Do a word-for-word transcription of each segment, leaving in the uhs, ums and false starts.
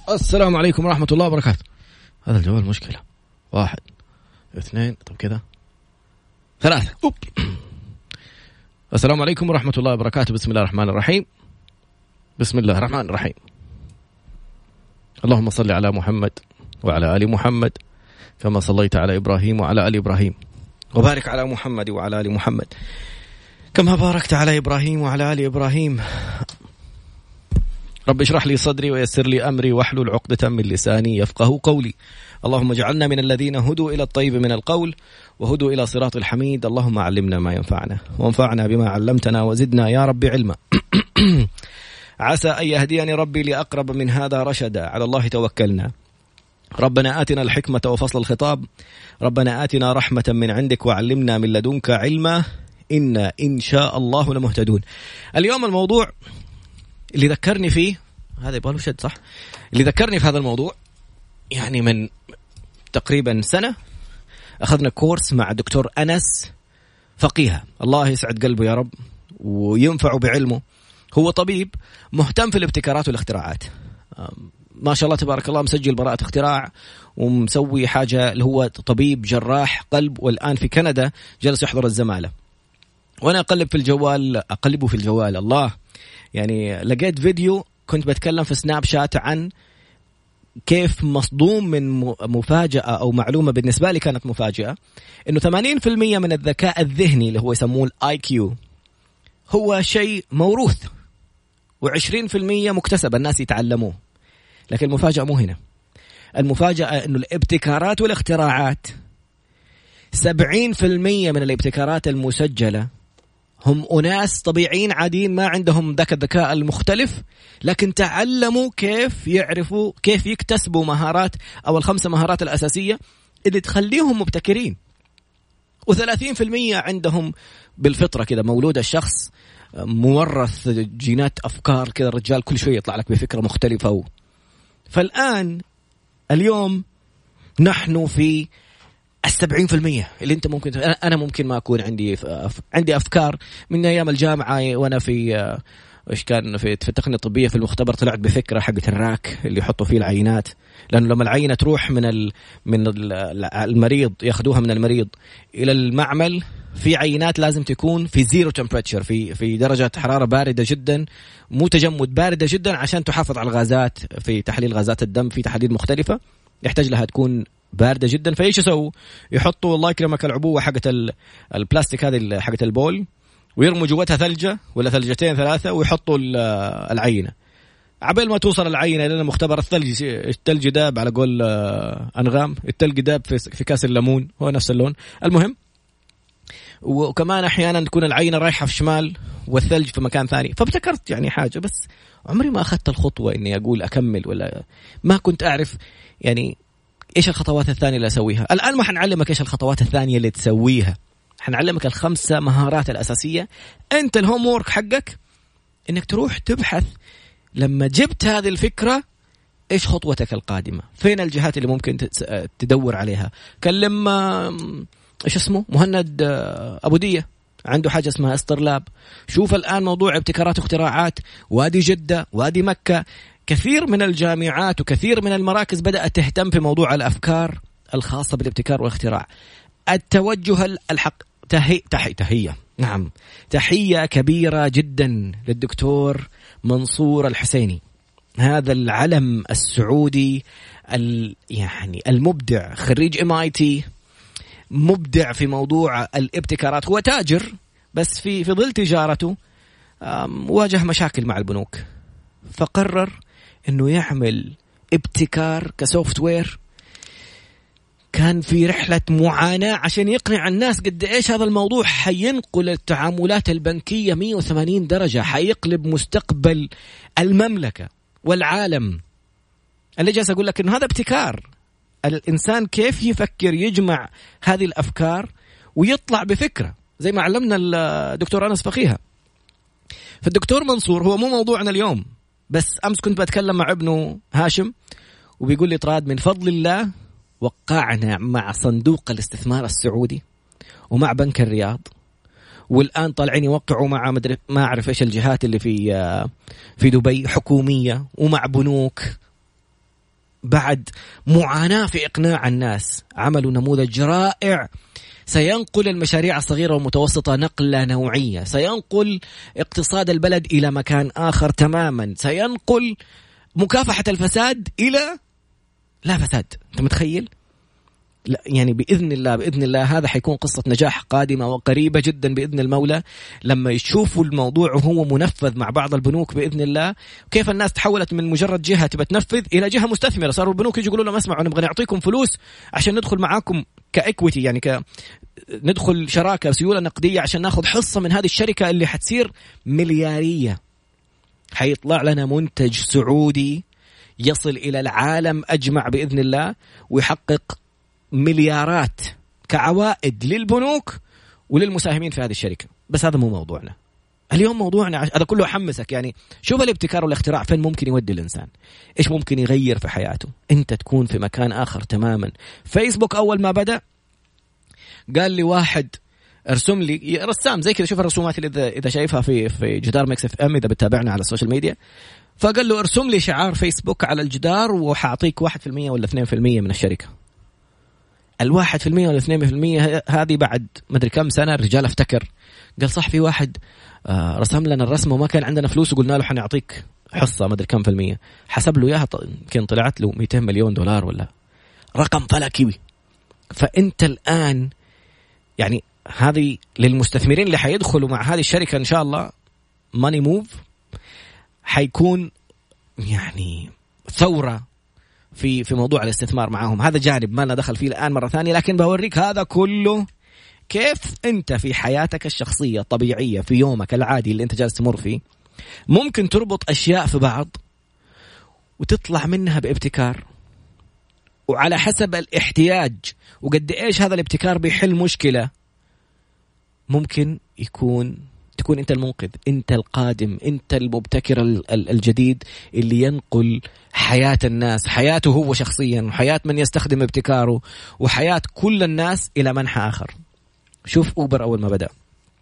السلام عليكم ورحمة الله وبركاته. هذا الجوال مشكلة. واحد اثنين طب كذا ثلاثة. أوب. السلام عليكم ورحمة الله وبركاته. بسم الله الرحمن الرحيم. بسم الله الرحمن الرحيم. اللهم صل على محمد وعلى آل محمد كما صليت على إبراهيم وعلى آل إبراهيم، وبارك على محمد وعلى آل محمد كما باركت على إبراهيم وعلى آل إبراهيم. رب اشرح لي صدري ويسر لي أمري واحلل عقدة من لساني يفقه قولي. اللهم اجعلنا من الذين هدوا إلى الطيب من القول وهدوا إلى صراط الحميد. اللهم علمنا ما ينفعنا وانفعنا بما علمتنا وزدنا يا رب علما. عسى أن يهديني ربي لأقرب من هذا رشدا. على الله توكلنا. ربنا آتنا الحكمة وفصل الخطاب. ربنا آتنا رحمة من عندك وعلمنا من لدنك علما إنا إن شاء الله لمهتدون. اليوم الموضوع اللي ذكرني فيه هذا يبغى له شد صح اللي ذكرني في هذا الموضوع يعني من تقريبا سنة أخذنا كورس مع دكتور أنس فقيهة، الله يسعد قلبه يا رب وينفعه بعلمه. هو طبيب مهتم في الابتكارات والاختراعات، ما شاء الله تبارك الله، مسجل براءة اختراع ومسوي حاجة اللي هو طبيب جراح قلب، والآن في كندا جلس يحضر الزمالة. وأنا أقلب في الجوال أقلبه في الجوال الله يعني لقيت فيديو كنت بتكلم في سناب شات عن كيف مصدوم من مفاجأة أو معلومة بالنسبة لي كانت مفاجئة، إنه ثمانين بالمئة من الذكاء الذهني اللي هو يسموه الآي كيو هو شيء موروث وعشرين بالمئة مكتسب الناس يتعلموه. لكن المفاجأة مو هنا، المفاجأة إنه الابتكارات والاختراعات سبعين بالمئة من الابتكارات المسجلة هم أناس طبيعيين عاديين ما عندهم ذاك الذكاء المختلف، لكن تعلموا كيف يعرفوا كيف يكتسبوا مهارات أو الخمسة مهارات الأساسية اللي تخليهم مبتكرين. وثلاثين بالمئة عندهم بالفطرة كذا، مولود الشخص مورث جينات أفكار كذا، الرجال كل شوية يطلع لك بفكرة مختلفة و... فالآن اليوم نحن في السبعين في المية اللي انت ممكن انا ممكن ما اكون عندي عندي افكار من ايام الجامعه وانا في ايش كان في في التقنيه الطبيه في المختبر، طلعت بفكره حقت الراك اللي يحطوا فيه العينات، لانه لما العينه تروح من ال من المريض ياخذوها من المريض الى المعمل، في عينات لازم تكون في زيرو تمبريتشر، في في درجه حراره بارده جدا، مو تجمد، بارده جدا، عشان تحافظ على الغازات في تحليل غازات الدم، في تحاليل مختلفه يحتاج لها تكون باردة جدا. فايش يسووا؟ يحطوا الله يكرمك العبوة حقت البلاستيك هذه حقت البول ويرموا جواتها ثلجة ولا ثلجتين ثلاثة ويحطوا العينة. عبال ما توصل العينة لنا مختبر الثلج، الثلج داب على قول أنغام، الثلج داب في في كاس الليمون، هو نفس اللون. المهم، وكمان أحيانا تكون العينة رايحة في شمال والثلج في مكان ثاني. فابتكرت يعني حاجة، بس عمري ما أخذت الخطوة إني أقول أكمل، ولا ما كنت أعرف يعني إيش الخطوات الثانية اللي أسويها. الآن ما حنعلمك إيش الخطوات الثانية اللي تسويها، حنعلمك الخمسة مهارات الأساسية. أنت الهوم وورك حقك إنك تروح تبحث لما جبت هذه الفكرة إيش خطوتك القادمة، فين الجهات اللي ممكن تدور عليها. كلم إيش اسمه مهند أبو دية، عنده حاجة اسمها استرلاب. شوف الآن موضوع ابتكارات واختراعات، وادي جدة وادي مكة، كثير من الجامعات وكثير من المراكز بدأت تهتم في موضوع الأفكار الخاصة بالابتكار والاختراع. التوجه الحق تهي تحي تحية نعم تحية كبيرة جدا للدكتور منصور الحسيني، هذا العلم السعودي يعني المبدع، خريج إم آي تي، مبدع في موضوع الابتكارات. هو تاجر، بس في في ظل تجارته واجه مشاكل مع البنوك، فقرر انه يعمل ابتكار كسوفت وير. كان في رحلة معاناة عشان يقنع الناس قد ايش هذا الموضوع حينقل التعاملات البنكية مية وثمانين درجة، حيقلب مستقبل المملكة والعالم. اللي جالس اقول لك انه هذا ابتكار، الانسان كيف يفكر يجمع هذه الافكار ويطلع بفكرة زي ما علمنا الدكتور أنس فقيهة. فالدكتور منصور هو مو موضوعنا اليوم، بس أمس كنت بتكلم مع ابنه هاشم وبيقول لي طراد من فضل الله وقعنا مع صندوق الاستثمار السعودي ومع بنك الرياض، والآن طالعين يوقعوا مع مدري ما أعرف إيش الجهات اللي في في دبي حكومية ومع بنوك. بعد معاناة في إقناع الناس عملوا نموذج رائع سينقل المشاريع الصغيرة والمتوسطة نقلة نوعية، سينقل اقتصاد البلد إلى مكان آخر تماما، سينقل مكافحة الفساد إلى لا فساد. أنت متخيل؟ لا يعني بإذن الله بإذن الله هذا حيكون قصة نجاح قادمة وقريبة جدا بإذن المولى، لما يشوفوا الموضوع وهو منفذ مع بعض البنوك بإذن الله. كيف الناس تحولت من مجرد جهة تبى تنفذ إلى جهة مستثمرة، صاروا البنوك يقولوا لهم اسمعوا نبغى نعطيكم فلوس عشان ندخل معاكم كإكويتي، يعني ك ندخل شراكة سيولة نقدية عشان ناخذ حصة من هذه الشركة اللي حتصير مليارية. حيطلع لنا منتج سعودي يصل إلى العالم أجمع بإذن الله ويحقق مليارات كعوائد للبنوك وللمساهمين في هذه الشركة. بس هذا مو موضوعنا اليوم. موضوعنا هذا كله أحمسك، يعني شوف الابتكار والاختراع فين ممكن يودي الإنسان، إيش ممكن يغير في حياته. أنت تكون في مكان آخر تماما. فيسبوك أول ما بدأ قال لي واحد ارسم لي، رسام زي كذا، شوف الرسومات اللي إذا إذا شايفها في في جدار ميكس اف ام إذا بتتابعنا على السوشيال ميديا، فقال له ارسم لي شعار فيسبوك على الجدار وحاعطيك واحد في المية ولا اثنين في المية من الشركة. الواحد في المية ولا اثنين في المية هذه بعد مدري كم سنة الرجال افتكر قال صح في واحد آه رسم لنا الرسمة وما كان عندنا فلوس وقلنا له حنعطيك حصة مدري كم في المية، حسب له إياها كان طلعت له مئتين مليون دولار ولا رقم فلكي. فأنت الآن يعني هذه للمستثمرين اللي حيدخلوا مع هذه الشركة إن شاء الله ماني موف حيكون يعني ثورة في في موضوع الاستثمار معهم. هذا جانب ما لنا دخل فيه الآن مرة ثانية، لكن بوريك هذا كله كيف أنت في حياتك الشخصية الطبيعية في يومك العادي اللي أنت جالس تمر فيه ممكن تربط أشياء في بعض وتطلع منها بابتكار، وعلى حسب الاحتياج وقد إيش هذا الابتكار بيحل مشكلة ممكن يكون تكون أنت المنقذ، أنت القادم، أنت المبتكر الجديد اللي ينقل حياة الناس، حياته هو شخصيا وحياة من يستخدم ابتكاره وحياة كل الناس إلى منحى آخر. شوف أوبر أول ما بدأ،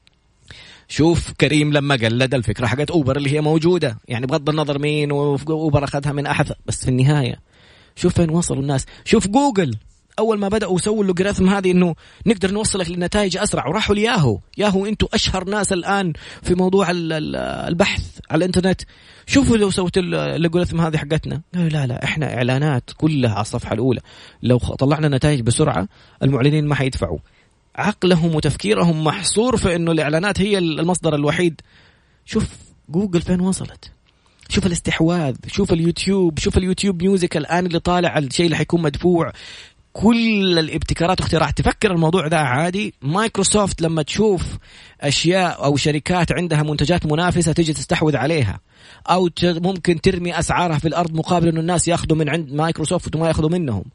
شوف كريم لما قلد الفكرة حقت أوبر اللي هي موجودة، يعني بغض النظر مين وأوبر أخذها من أحد، بس في النهاية شوف فين وصلوا الناس. شوف جوجل أول ما بدأوا سووا اللوغاريتم هذه إنه نقدر نوصلك للنتائج أسرع، وراحوا لياهو. ياهو أنتوا أشهر ناس الآن في موضوع البحث على الإنترنت، شوفوا لو سوت اللوغاريتم هذه حقتنا. لا لا إحنا إعلانات كلها على الصفحة الأولى، لو طلعنا نتائج بسرعة المعلنين ما حيدفعوا. عقلهم وتفكيرهم محصور في إنه الإعلانات هي المصدر الوحيد. شوف جوجل فين وصلت، شوف الاستحواذ، شوف اليوتيوب، شوف اليوتيوب ميوزك الآن اللي طالع الشيء اللي حيكون مدفوع. كل الابتكارات واختراعات. تفكر الموضوع ده عادي. مايكروسوفت لما تشوف أشياء أو شركات عندها منتجات منافسة تيجي تستحوذ عليها، أو ممكن ترمي أسعارها في الأرض مقابل أن الناس يأخذوا من عند مايكروسوفت وما يأخذوا منهم.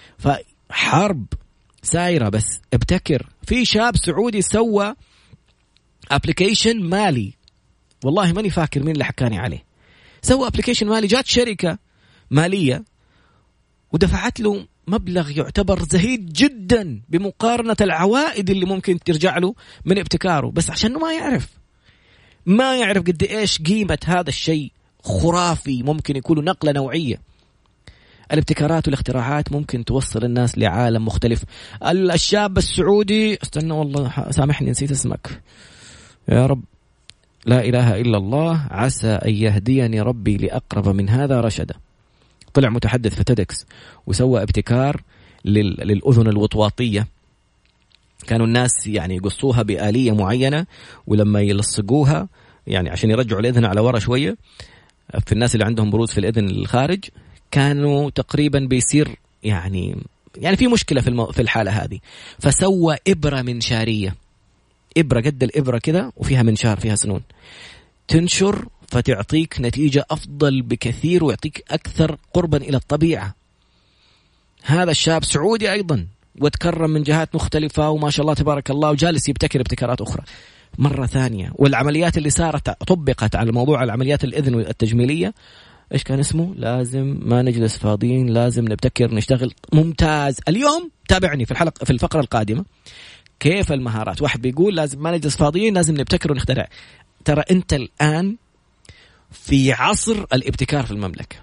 فحرب سايرة. بس ابتكر. في شاب سعودي سوى أبليكيشن مالي، والله ماني فاكر مين اللي حكاني عليه، سوى أبليكيشن مالي، جات شركة مالية ودفعت له مبلغ يعتبر زهيد جدا بمقارنة العوائد اللي ممكن ترجع له من ابتكاره، بس عشانه ما يعرف ما يعرف قد إيش قيمة هذا الشيء. خرافي، ممكن يكون نقلة نوعية. الابتكارات والاختراعات ممكن توصل الناس لعالم مختلف. الشاب السعودي، استنى والله سامحني نسيت اسمك، يا رب، لا إله إلا الله، عسى أن يهديني ربي لأقرب من هذا رشدا. طلع متحدث في تيدكس وسوى ابتكار للأذن الوطواطية. كانوا الناس يعني يقصوها بآلية معينة، ولما يلصقوها يعني عشان يرجعوا الأذن على ورا شوية في الناس اللي عندهم بروز في الأذن الخارج، كانوا تقريبا بيصير يعني يعني في مشكلة في المو... في الحالة هذه. فسوى إبرة منشارية، إبرة قد الإبرة كذا وفيها منشار فيها سنون، تنشر فتعطيك نتيجة أفضل بكثير ويعطيك أكثر قربا إلى الطبيعة. هذا الشاب سعودي أيضا وتكرم من جهات مختلفة وما شاء الله تبارك الله، وجالس يبتكر ابتكارات أخرى مرة ثانية. والعمليات اللي صارت طبقت على موضوع العمليات الإذن التجميلية، إيش كان اسمه؟ لازم ما نجلس فاضيين، لازم نبتكر نشتغل. ممتاز. اليوم تابعني في الحلقة في الفقرة القادمة كيف المهارات. واحد بيقول لازم ما نجلس فاضيين، لازم نبتكر ونخترع. ترى أنت الآن في عصر الابتكار في المملكة.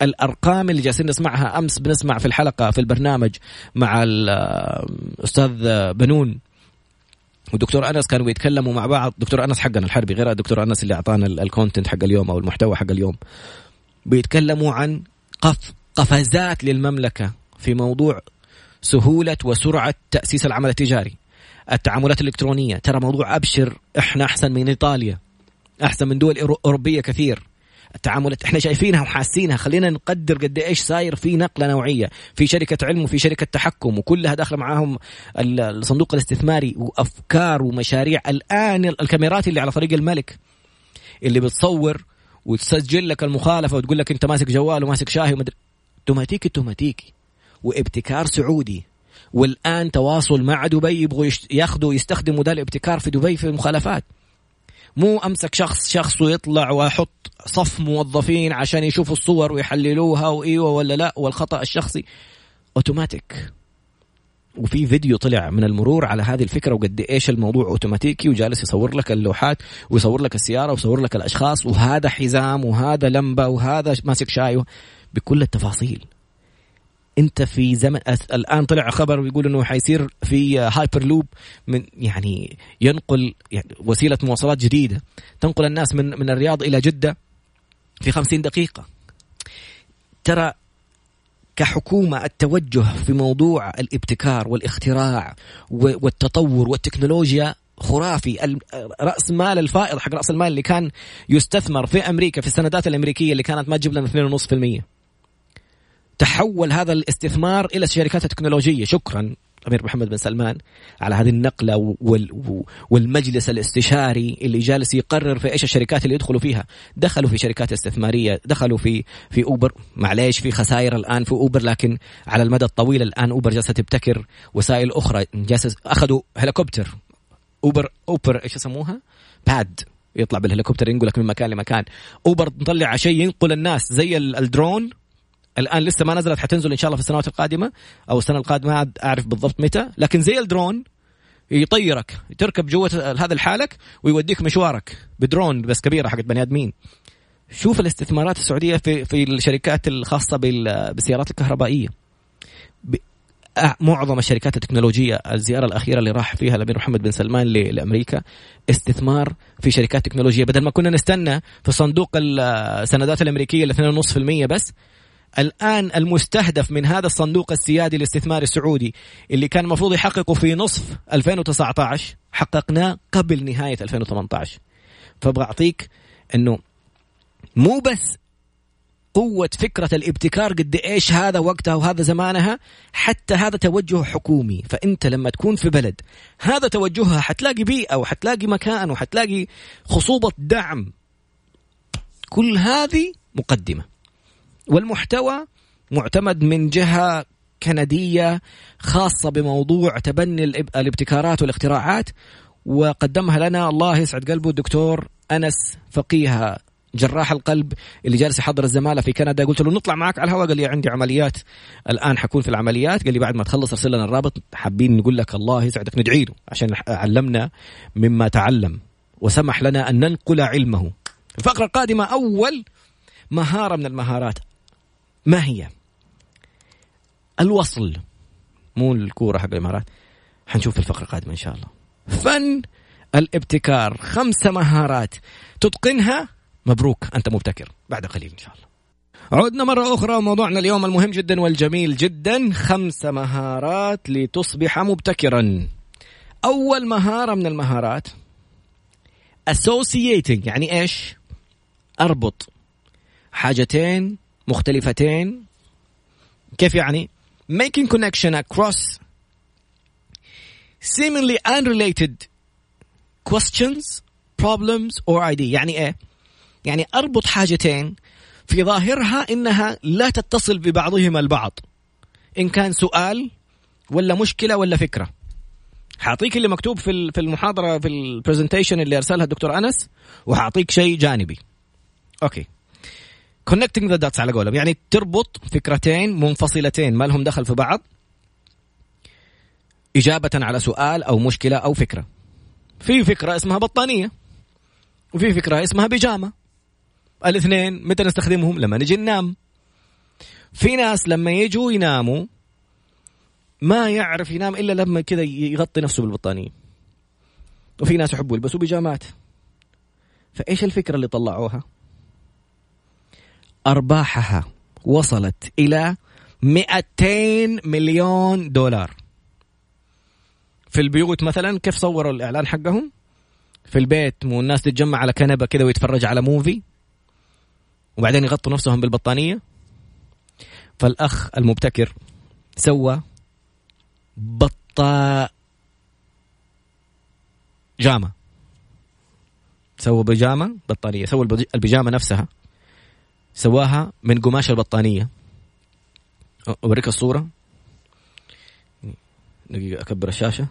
الأرقام اللي جالسين نسمعها. أمس بنسمع في الحلقة في البرنامج مع الأستاذ بنون والدكتور أنس كانوا يتكلموا مع بعض. دكتور أنس حقنا الحربي غير الدكتور أنس اللي أعطانا الكونتنت حق اليوم أو المحتوى حق اليوم، بيتكلموا عن قف قفزات للمملكة في موضوع سهولة وسرعة تأسيس العمل التجاري، التعاملات الإلكترونية. ترى موضوع أبشر، إحنا أحسن من إيطاليا، أحسن من دول أوروبية كثير. التعاملات إحنا شايفينها وحاسينها. خلينا نقدر قد إيش صاير في نقلة نوعية في شركة علم وفي شركة تحكم، وكلها داخلة معاهم الصندوق الاستثماري وأفكار ومشاريع. الآن الكاميرات اللي على طريق الملك اللي بتصور وتسجل لك المخالفة وتقول لك أنت ماسك جوال وماسك شاهي ومدري، توماتيكي توماتيكي وابتكار سعودي. والآن تواصل مع دبي يبغوا ياخذوا يستخدموا ذا الابتكار في دبي في المخالفات. مو أمسك شخص شخص ويطلع ويحط صف موظفين عشان يشوفوا الصور ويحللوها وإيوه ولا لا والخطأ الشخصي، أوتوماتيك. وفي فيديو طلع من المرور على هذه الفكرة وقد إيش الموضوع أوتوماتيكي، وجالس يصور لك اللوحات ويصور لك السيارة ويصور لك الأشخاص وهذا حزام وهذا لمبة وهذا ماسك شاي بكل التفاصيل. انت في زمن الان طلع خبر ويقول انه حيصير في هايبر لوب من يعني ينقل يعني وسيله مواصلات جديده تنقل الناس من من الرياض الى جده في خمسين دقيقه. ترى كحكومه التوجه في موضوع الابتكار والاختراع والتطور والتكنولوجيا خرافي. رأس مال الفائض حق رأس المال اللي كان يستثمر في أمريكا في السندات الأمريكية اللي كانت ما تجيب لنا اثنين فاصلة خمسة بالمئة، تحول هذا الاستثمار إلى الشركات التكنولوجية. شكرا أمير محمد بن سلمان على هذه النقلة والمجلس الاستشاري اللي جالس يقرر في إيش الشركات اللي يدخلوا فيها. دخلوا في شركات استثمارية، دخلوا في في أوبر. معليش في خسائر الآن في أوبر، لكن على المدى الطويل الآن أوبر جالسة تبتكر وسائل أخرى. جالس أخذوا هليكوبتر أوبر أوبر إيش يسموها باد، يطلع بالهليكوبتر ينقلك من مكان لمكان. أوبر نطلع شيء ينقل الناس زي الدرون. الآن لسه ما نزلت، حتنزل إن شاء الله في السنوات القادمة أو السنة القادمة، ما أعرف بالضبط متى، لكن زي الدرون يطيرك، تركب جوة هذا الحالك ويوديك مشوارك بدرون بس كبيرة حقت بني آدمين. شوف الاستثمارات السعودية في في الشركات الخاصة بالسيارات الكهربائية. معظم الشركات التكنولوجية، الزيارة الأخيرة اللي راح فيها الأمير محمد بن سلمان لأمريكا استثمار في شركات تكنولوجية. بدل ما كنا نستنى في صندوق السندات الأمريكية اثنين فاصلة خمسة بالمئة بس، الآن المستهدف من هذا الصندوق السيادي الاستثماري السعودي اللي كان المفروض يحققه في نصف ألفين وتسعة عشر حققناه قبل نهاية ألفين وثمانية عشر. فبعطيك أنه مو بس قوة فكرة الابتكار قد إيش هذا وقتها وهذا زمانها، حتى هذا توجه حكومي. فأنت لما تكون في بلد هذا توجهها حتلاقي بيئة وحتلاقي مكان وحتلاقي خصوبة دعم. كل هذه مقدمة، والمحتوى معتمد من جهة كندية خاصة بموضوع تبني الابتكارات والاختراعات، وقدمها لنا الله يسعد قلبه الدكتور أنس فقيها جراح القلب اللي جالس يحضر الزمالة في كندا. قلت له نطلع معك على الهواء، قال لي عندي عمليات الآن حكون في العمليات. قال لي بعد ما تخلص ارسل لنا الرابط، حابين نقول لك الله يسعدك، ندعي له عشان علمنا مما تعلم وسمح لنا أن ننقل علمه. الفقرة القادمة أول مهارة من المهارات ما هي؟ الوصل، مو الكورة حق الإمارات. حنشوف في الفقرة القادمة إن شاء الله. فن الابتكار، خمسة مهارات تتقنها مبروك أنت مبتكر بعد قليل إن شاء الله. عدنا مرة أخرى، موضوعنا اليوم المهم جدا والجميل جدا، خمسة مهارات لتصبح مبتكرا. أول مهارة من المهارات associating، يعني إيش؟ أربط حاجتين مختلفتين. كيف يعني؟ making connection across seemingly unrelated questions, problems or ideas. يعني إيه؟ يعني أربط حاجتين في ظاهرها إنها لا تتصل ببعضهما البعض، إن كان سؤال ولا مشكلة ولا فكرة. حاعطيك اللي مكتوب في في المحاضرة في البرزنتيشن اللي أرسلها الدكتور أنس، وحاعطيك شيء جانبي. أوكي، connecting the dots على قولهم، يعني تربط فكرتين منفصلتين ما لهم دخل في بعض إجابة على سؤال أو مشكلة أو فكرة. في فكرة اسمها بطانية، وفي فكرة اسمها بيجامة. الاثنين متى نستخدمهم؟ لما نجي ننام. في ناس لما يجوا يناموا ما يعرف ينام إلا لما كذا يغطي نفسه بالبطانية، وفي ناس يحبوا يلبسوا بيجامات. فإيش الفكرة اللي طلعوها؟ أرباحها وصلت إلى مئتين مليون دولار. في البيوت مثلا كيف صوروا الإعلان حقهم؟ في البيت والناس تتجمع على كنبة كذا ويتفرج على موفي وبعدين يغطوا نفسهم بالبطانية. فالأخ المبتكر سوى بطة جامة، سوى بيجامة بطانية، سوى البيجامة نفسها سواها من قماش البطانية. أوريك الصورة، دقيقة أكبر الشاشة.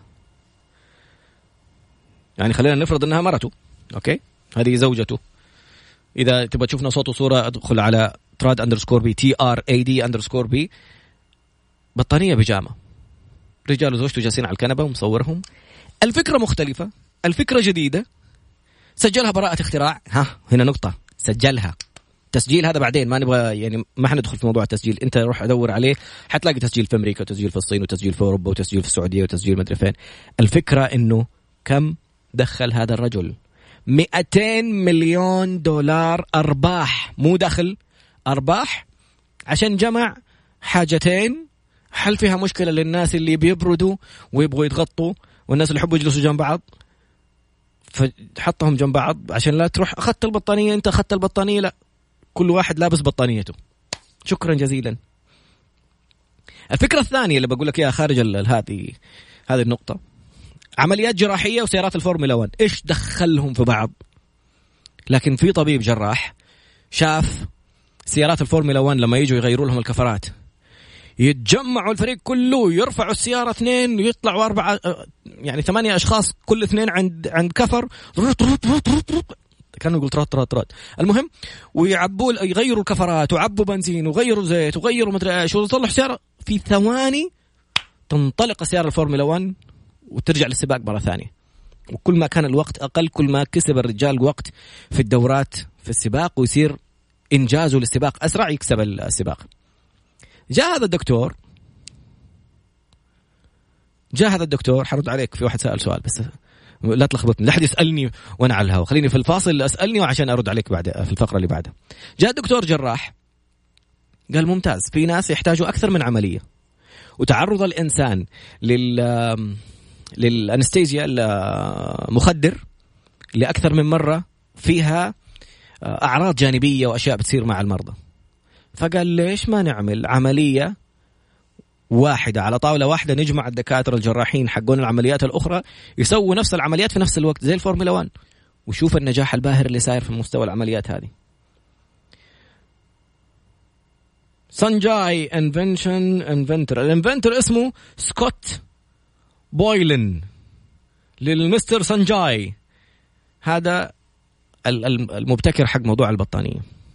يعني خلينا نفرض أنها مرته، أوكي، هذه زوجته. إذا تبغى تشوفنا صوت وصورة ادخل على تراد أندرسكور بي تي آر أي دي أندرسكور بي. بطانية بيجامة، رجال وزوجته جالسين على الكنبة ومصورهم. الفكرة مختلفة، الفكرة جديدة، سجلها براءة اختراع. ها هنا نقطة، سجلها. تسجيل هذا بعدين ما نبغى يعني ما حندخل في موضوع التسجيل. انت روح ادور عليه حتلاقي تسجيل في امريكا وتسجيل في الصين وتسجيل في اوروبا وتسجيل في السعوديه وتسجيل مدري فين. الفكره انه كم دخل هذا الرجل؟ مئتين مليون دولار ارباح، مو دخل، ارباح، عشان جمع حاجتين حل فيها مشكله للناس اللي بيبردوا ويبغوا يتغطوا والناس اللي يحبوا يجلسوا جنب بعض، فحطهم جنب بعض عشان لا تروح اخذت البطانيه انت اخذت البطانيه، لا، كل واحد لابس بطانيته. شكرا جزيلا. الفكرة الثانية اللي بقول لك اياها خارج هذه هذه النقطة، عمليات جراحية وسيارات الفورمولا واحد. ايش دخلهم في بعض؟ لكن في طبيب جراح شاف سيارات الفورمولا واحد لما يجوا يغيروا لهم الكفرات يتجمعوا الفريق كله، يرفعوا السيارة اثنين ويطلعوا أربعة، يعني ثمانية أشخاص كل اثنين عند عند كفر، كانوا يقول ترات ترات ترات المهم، ويعبوا يغيروا الكفرات وعبوا بنزين وغيروا زيت وغيروا مدري ايش، وتصلح سيارة في ثواني تنطلق سيارة الفورمولا واحد وترجع للسباق مرة ثانية. وكل ما كان الوقت أقل كل ما كسب الرجال وقت في الدورات في السباق، ويصير إنجازه للسباق أسرع، يكسب السباق. جاء هذا الدكتور جاء هذا الدكتور حرد عليك، في واحد سأل سؤال بس لا تلخبطني، لا حد يسألني وأنا على الهواء، خليني في الفاصل أسألني وعشان أرد عليك بعد في الفقرة اللي بعدها. جاء الدكتور جراح قال ممتاز، في ناس يحتاجوا أكثر من عملية، وتعرض الإنسان لل للأنستيزيا المخدر لأكثر من مرة فيها أعراض جانبية وأشياء بتصير مع المرضى. فقال ليش ما نعمل عملية واحدة على طاولة واحدة، نجمع الدكاترة الجراحين حقون العمليات الأخرى يسووا نفس العمليات في نفس الوقت زي الفورمولا واحد، وشوف النجاح الباهر اللي صاير في مستوى العمليات هذه. سانجاي انفنشن انفنتر، الانفنتر اسمه سكوت بويلن للمستر سانجاي، هذا المبتكر حق موضوع البطانية.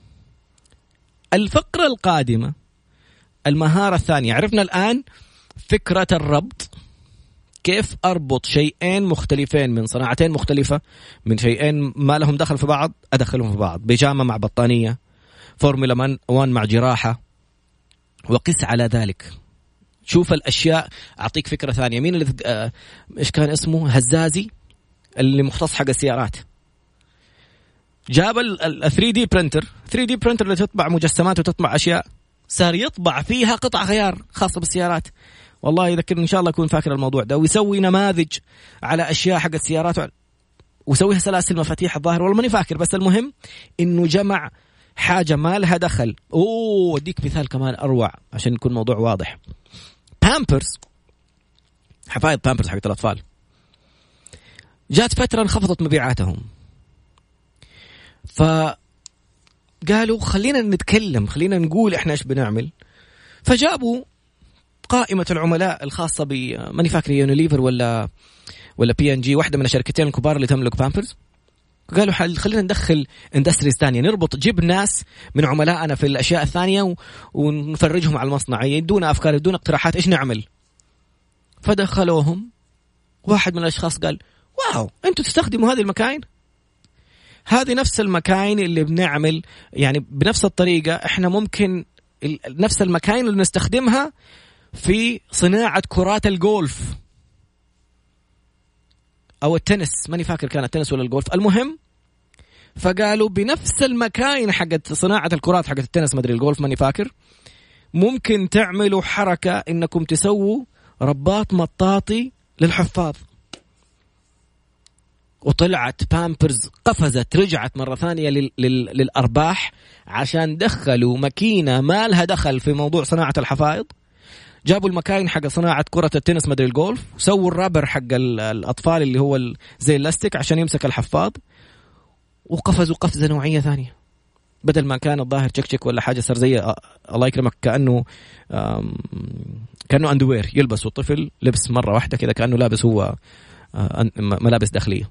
الفقرة القادمة المهارة الثانية. عرفنا الآن فكرة الربط، كيف أربط شيئين مختلفين من صناعتين مختلفة، من شيئين ما لهم دخل في بعض أدخلهم في بعض، بيجامة مع بطانية، فورمولا واحد مع جراحة، وقس على ذلك. شوف الأشياء. أعطيك فكرة ثانية، مين اللي آه إيش كان اسمه هزازي اللي مختص حق السيارات، جاب ال ثري دي برينتر ثري دي برينتر اللي تطبع مجسمات وتطبع أشياء، صار يطبع فيها قطع غيار خاصة بالسيارات. والله يذكرني إن شاء الله يكون فاكر الموضوع ده. ويسوي نماذج على أشياء حق السيارات ويسويها سلاسل مفاتيح الظاهر، والله ماني فاكر، بس المهم إنه جمع حاجة ما لها دخل. أوه أديك مثال كمان أروع عشان يكون موضوع واضح. بامبرز، حفايض بامبرز حق الأطفال، جات فترة انخفضت مبيعاتهم، فقالوا خلينا نتكلم، خلينا نقول إحنا إيش بنعمل. فجابوا قائمة العملاء الخاصة ب ماني فاكر يونيليفر ولا ولا بي ان جي، واحدة من الشركتين الكبار اللي تملك بامبرز. قالوا خلينا ندخل اندستريز ثانية، نربط جيب ناس من عملائنا في الأشياء الثانية ونفرجهم على المصنع، يدونا أفكار يدونا اقتراحات إيش نعمل. فدخلوهم، واحد من الأشخاص قال واو أنتوا تستخدموا هذه المكاين، هذه نفس المكاين اللي بنعمل يعني بنفس الطريقة، إحنا ممكن نفس المكاين اللي نستخدمها في صناعة كرات الجولف أو التنس، ماني فاكر كان التنس ولا الجولف، المهم فقالوا بنفس المكاين حقت صناعة الكرات حقت التنس، مدري الجولف ماني فاكر، ممكن تعملوا حركة إنكم تسووا رباط مطاطي للحفاظ. وطلعت بامبرز قفزت رجعت مرة ثانية لل... لل... للأرباح عشان دخلوا ماكينة ما لها دخل في موضوع صناعة الحفايض. جابوا المكاين حق صناعة كرة التنس مدري الجولف، سووا الرابر حق الأطفال اللي هو زي اللاستيك عشان يمسك الحفاظ، وقفزوا قفزة نوعية ثانية. بدل ما كان الظاهر تشك تشك ولا حاجة صار زي الله يكرمك كأنه كأنه أندوير يلبسه الطفل، لبس مرة واحدة كذا كأنه لابس هو ملابس داخلية.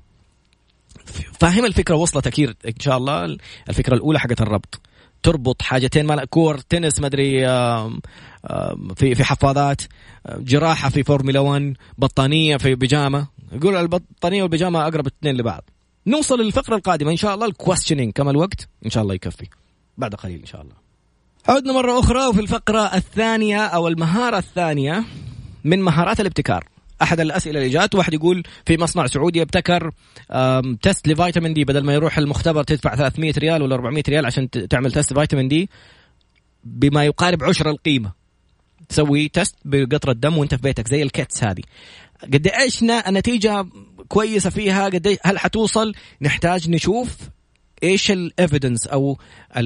فاهم الفكرة؟ وصلت أكيد إن شاء الله. الفكرة الأولى حقت الربط، تربط حاجتين مال كور تنس مدري في في حفاضات، جراحة في فورمولا واحد، بطانية في بيجامة. يقول البطانية والبيجامة أقرب الاثنين لبعض. نوصل للفقرة القادمة إن شاء الله، الكويستشنينج، كما الوقت إن شاء الله يكفي بعد قليل إن شاء الله. عدنا مرة أخرى وفي الفقرة الثانية أو المهارة الثانية من مهارات الابتكار. أحد الأسئلة اللي جات واحد يقول في مصنع سعودي ابتكر تست لفيتامين دي، بدل ما يروح المختبر تدفع ثلاثمية ريال ولا أربعمية ريال عشان تعمل تست فيتامين دي بما يقارب عشر القيمة، تسوي تست بقطرة دم وانت في بيتك زي الكيتس هذه. قد ايش النتيجة كويسة فيها، قد هل حتوصل؟ نحتاج نشوف ايش الافيدنس او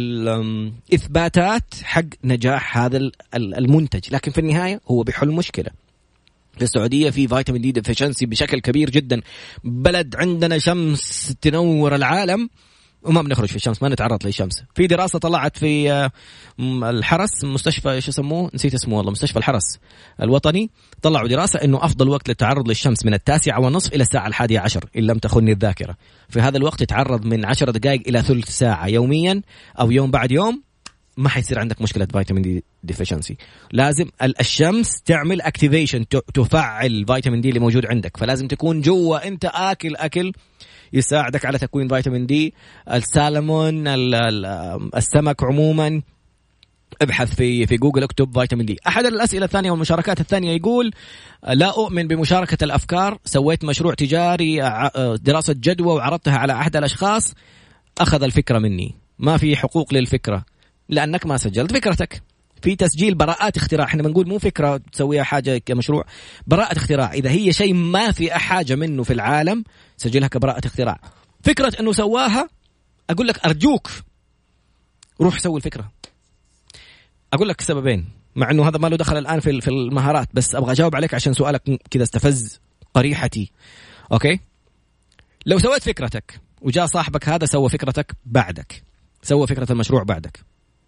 الاثباتات حق نجاح هذا المنتج. لكن في النهاية هو بيحل مشكلة. في السعودية في فيتامين دي ديفيشنسي بشكل كبير جدا، بلد عندنا شمس تنور العالم وما بنخرج في الشمس، ما نتعرض للشمس. في دراسة طلعت في الحرس، مستشفى ايش يسموه نسيت اسمه والله، مستشفى الحرس الوطني، طلعوا دراسة انه افضل وقت للتعرض للشمس من التاسعة ونصف الى الساعة الحادية عشر ان لم تخني الذاكرة. في هذا الوقت يتعرض من عشر دقائق الى ثلث ساعة يوميا او يوم بعد يوم، ما حيصير عندك مشكلة فيتامين دي ديفيشنسي. لازم الشمس تعمل اكتيفيشن، تفعل فيتامين دي اللي موجود عندك، فلازم تكون جوا انت اكل اكل يساعدك على تكوين فيتامين دي. السالمون، السمك عموما، ابحث في في جوجل اكتب فيتامين دي. احد الاسئله الثانيه والمشاركات الثانيه يقول لا اؤمن بمشاركه الافكار، سويت مشروع تجاري دراسه جدوى وعرضتها على احد الاشخاص، اخذ الفكره مني، ما في حقوق للفكره لانك ما سجلت فكرتك. في تسجيل براءات اختراع، احنا بنقول مو فكره تسويها حاجه كمشروع، براءه اختراع. اذا هي شيء ما في حاجه منه في العالم سجلها كبراءه اختراع. فكره انه سواها اقول لك ارجوك روح سوي الفكره. اقول لك سببين، مع انه هذا ما له دخل الان في في المهارات، بس ابغى اجاوب عليك عشان سؤالك كذا استفز قريحتي. اوكي، لو سويت فكرتك وجاء صاحبك هذا سوى فكرتك بعدك، سوى فكره المشروع بعدك،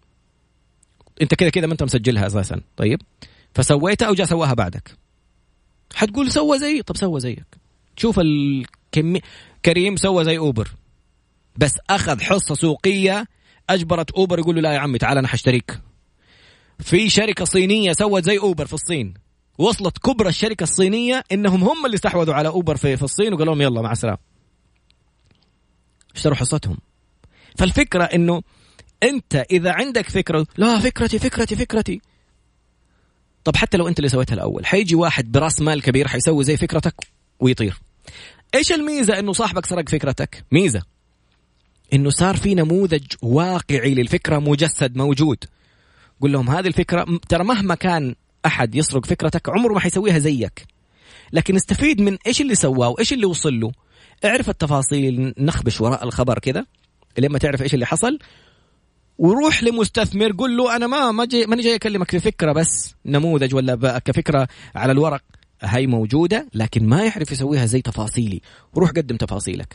انت كذا كذا ما انت مسجلها اساسا، طيب فسويتها وجاء سواها بعدك، حتقول سوى زي، طب سوى زيك. شوف الكمية، كريم سوى زي اوبر بس اخذ حصة سوقية، اجبرت اوبر يقول له لا يا عمي تعال انا حشتريك. في شركة صينية سوت زي اوبر في الصين، وصلت كبرى الشركة الصينية انهم هم اللي استحوذوا على اوبر في في الصين وقالوا لهم يلا مع السلامة، اشتروا حصتهم. فالفكرة انه انت اذا عندك فكرة، لا فكرتي فكرتي فكرتي، طب حتى لو انت اللي سويتها الاول حيجي واحد براس مال كبير حيسوي زي فكرتك ويطير. ايش الميزة انه صاحبك سرق فكرتك؟ ميزة انه صار في نموذج واقعي للفكرة مجسد موجود. قل لهم هذه الفكرة، ترى مهما كان احد يسرق فكرتك عمره ما حيسويها زيك، لكن استفيد من ايش اللي سواه وايش اللي وصل له، اعرف التفاصيل، نخبش وراء الخبر كذا لما تعرف ايش اللي حصل، وروح لمستثمر قل له انا ما ما جاي ماني جاي اكلمك في فكره بس نموذج ولا كفكره على الورق، هاي موجوده لكن ما يعرف يسويها زي تفاصيلي، وروح قدم تفاصيلك.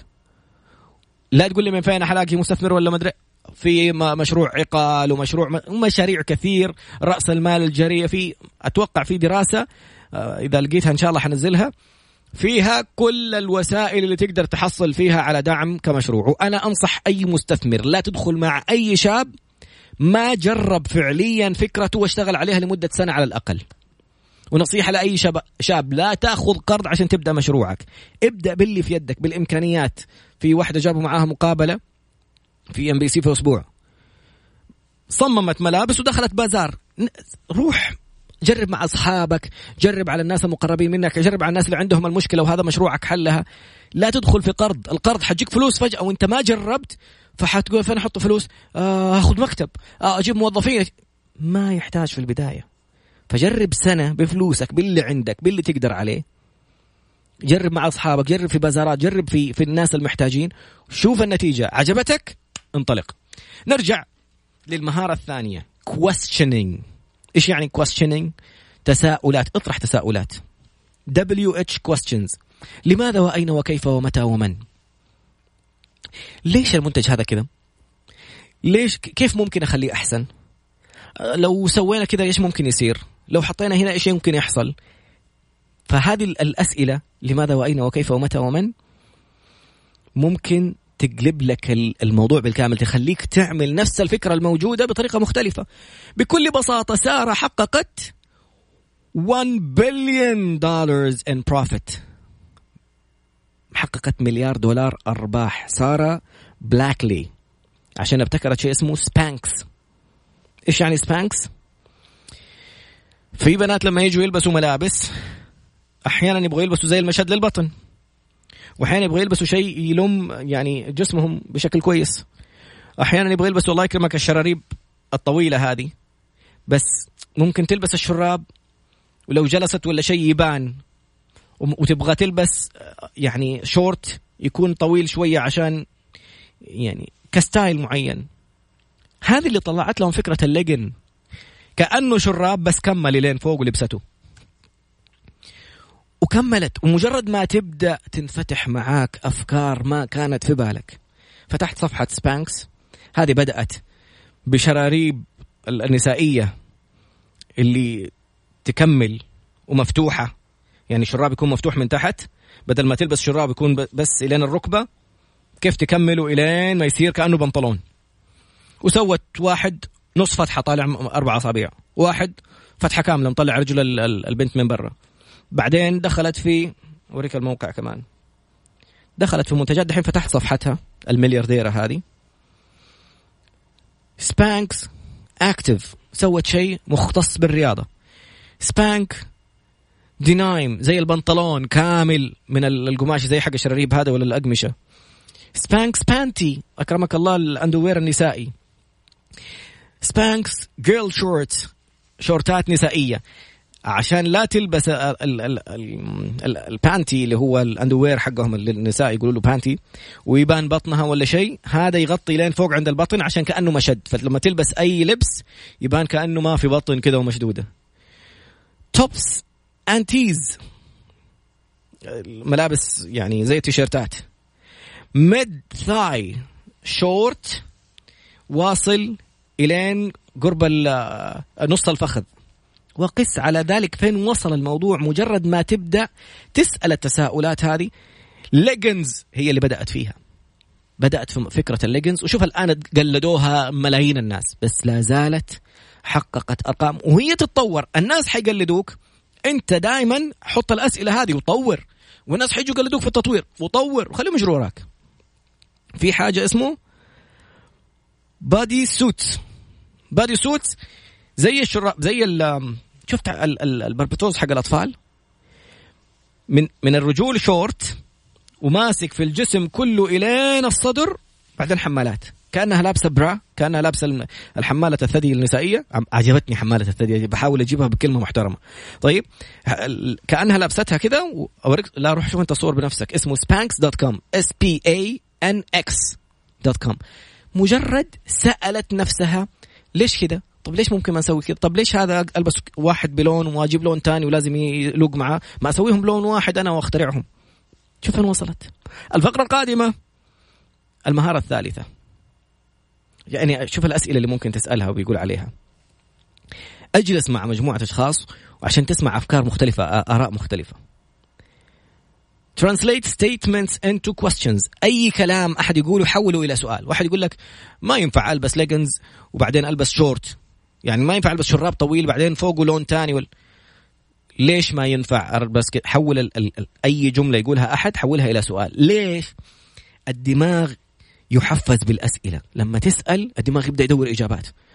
لا تقول لي من فين حلاقي مستثمر ولا مدري، في مشروع عقال ومشروع مشاريع كثير، راس المال الجاريه، في اتوقع في دراسه اذا لقيتها ان شاء الله حنزلها، فيها كل الوسائل اللي تقدر تحصل فيها على دعم كمشروع. وأنا أنصح أي مستثمر لا تدخل مع أي شاب ما جرب فعليا فكرته واشتغل عليها لمدة سنة على الأقل. ونصيحة لأي شاب, شاب لا تأخذ قرض عشان تبدأ مشروعك، ابدأ باللي في يدك بالإمكانيات. في واحدة جابوا معاها مقابلة في ام بي سي في أسبوع، صممت ملابس ودخلت بازار. روح جرب مع أصحابك، جرب على الناس المقربين منك، جرب على الناس اللي عندهم المشكلة وهذا مشروعك حلها. لا تدخل في قرض، القرض حتجيك فلوس فجأة وانت ما جربت، فحتقول فين أحط فلوس؟ آه أخذ مكتب، آه أجيب موظفين. ما يحتاج في البداية. فجرب سنة بفلوسك، باللي عندك، باللي تقدر عليه. جرب مع أصحابك، جرب في بازارات، جرب في في الناس المحتاجين، شوف النتيجة. عجبتك انطلق. نرجع للمهارة الثانية، questioning. إيش يعني questioning؟ تساؤلات، اطرح تساؤلات. دبليو إتش questions. لماذا وأين وكيف ومتى ومن؟ ليش المنتج هذا كذا؟ ليش؟ كيف ممكن أخليه أحسن؟ لو سوينا كذا إيش ممكن يصير؟ لو حطينا هنا إيش يمكن يحصل؟ فهذه الأسئلة، لماذا وأين وكيف ومتى ومن، ممكن تقلب لك الموضوع بالكامل، تخليك تعمل نفس الفكرة الموجودة بطريقة مختلفة. بكل بساطة سارة حققت one billion dollars in profit. حققت مليار دولار أرباح سارة بلاكلي عشان ابتكرت شيء اسمه سبانكس. إيش يعني سبانكس؟ في بنات لما يجوا يلبسوا ملابس أحيانا يبغوا يلبسوا زي المشد للبطن، وأحيانا يبغوا يلبسوا شيء يلم يعني جسمهم بشكل كويس، أحيانا يبغوا يلبسوا الله يكرمك الشراريب الطويلة هذه، بس ممكن تلبس الشراب ولو جلست ولا شيء يبان، وتبغى تلبس يعني شورت يكون طويل شوية عشان يعني كستايل معين. هذه اللي طلعت لهم فكرة الليجن، كأنه شراب بس كمل لين فوق ولبسته وكملت. ومجرد ما تبدأ تنفتح معاك أفكار ما كانت في بالك. فتحت صفحة سبانكس، هذه بدأت بشراريب النسائية اللي تكمل ومفتوحة، يعني شراب يكون مفتوح من تحت بدل ما تلبس شراب يكون بس إلين الركبة، كيف تكمله إلين ما يصير كأنه بنطلون. وسوت واحد نص فتحة طالع أربع أصابع، واحد فتحة كاملة مطلع رجل البنت من برا. بعدين دخلت في أوريك الموقع كمان، دخلت في منتجات. دحين فتحت صفحتها المليارديرة هذه سبانكس أكتيف، سوت شيء مختص بالرياضة. سبانك دينايم زي البنطلون كامل من القماش زي حق الشراريب هذا ولا الأقمشة. سبانكس بانتي أكرمك الله الأندوير النسائي. سبانكس جيرل شورت، شورتات نسائية عشان لا تلبس البانتي اللي هو الأندوير حقهم النساء يقولوا له بانتي ويبان بطنها ولا شيء، هذا يغطي لين فوق عند البطن عشان كأنه مشد، فلما تلبس أي لبس يبان كأنه ما في بطن كده ومشدودة. توبس أنتيز، ملابس يعني زي التيشيرتات. ميد ثاي شورت واصل إلين قرب نص الفخذ. وقس على ذلك فين وصل الموضوع مجرد ما تبدأ تسأل التساؤلات هذه. ليجنز هي اللي بدأت فيها، بدأت في فكرة الليجنز، وشوف الآن قلدوها ملايين الناس، بس لا زالت حققت أرقام وهي تتطور. الناس حيقلدوك، أنت دائما حط الأسئلة هذه وطور، والناس حيجوا يقلدوك في التطوير وطور وخلي مجرورك. في حاجة اسمه بادي سوت. بادي سوت زي الشراب، زي ال شفت البربتوز حق الأطفال، من من الرجول شورت وماسك في الجسم كله إلين الصدر، بعدين حمالات كأنها لابسة برا، كأنها لابسة الحمالة الثدي النسائية. عجبتني حمالة الثدي، بحاول أجيبها بكلمة محترمة. طيب كأنها لابستها كده، أوريك، لا روح شوف أنت صور بنفسك. اسمه سبانكس دوت كوم، اس بي اي ان اكس دوت كوم. مجرد سألت نفسها ليش كده؟ طب ليش ممكن ما نسوي كده؟ طب ليش هذا ألبس واحد بلون واجيب لون تاني ولازم يلوق معاه؟ ما أسويهم بلون واحد أنا واخترعهم. شوف فين وصلت. الفقرة القادمة المهارة الثالثة، يعني شوف الأسئلة اللي ممكن تسألها وبيقول عليها. أجلس مع مجموعة أشخاص وعشان تسمع أفكار مختلفة، آراء مختلفة. Translate statements into questions. أي كلام أحد يقوله حوله إلى سؤال. واحد يقول لك ما ينفع ألبس ليجنز وبعدين ألبس شورت، يعني ما ينفع ألبس شراب طويل بعدين فوقه لون تاني وال... ليش ما ينفع ألبس كده؟ حول ال... ال... أي جملة يقولها أحد حولها إلى سؤال. ليش؟ الدماغ يحفز بالأسئلة، لما تسأل الدماغ يبدأ يدور إجابات.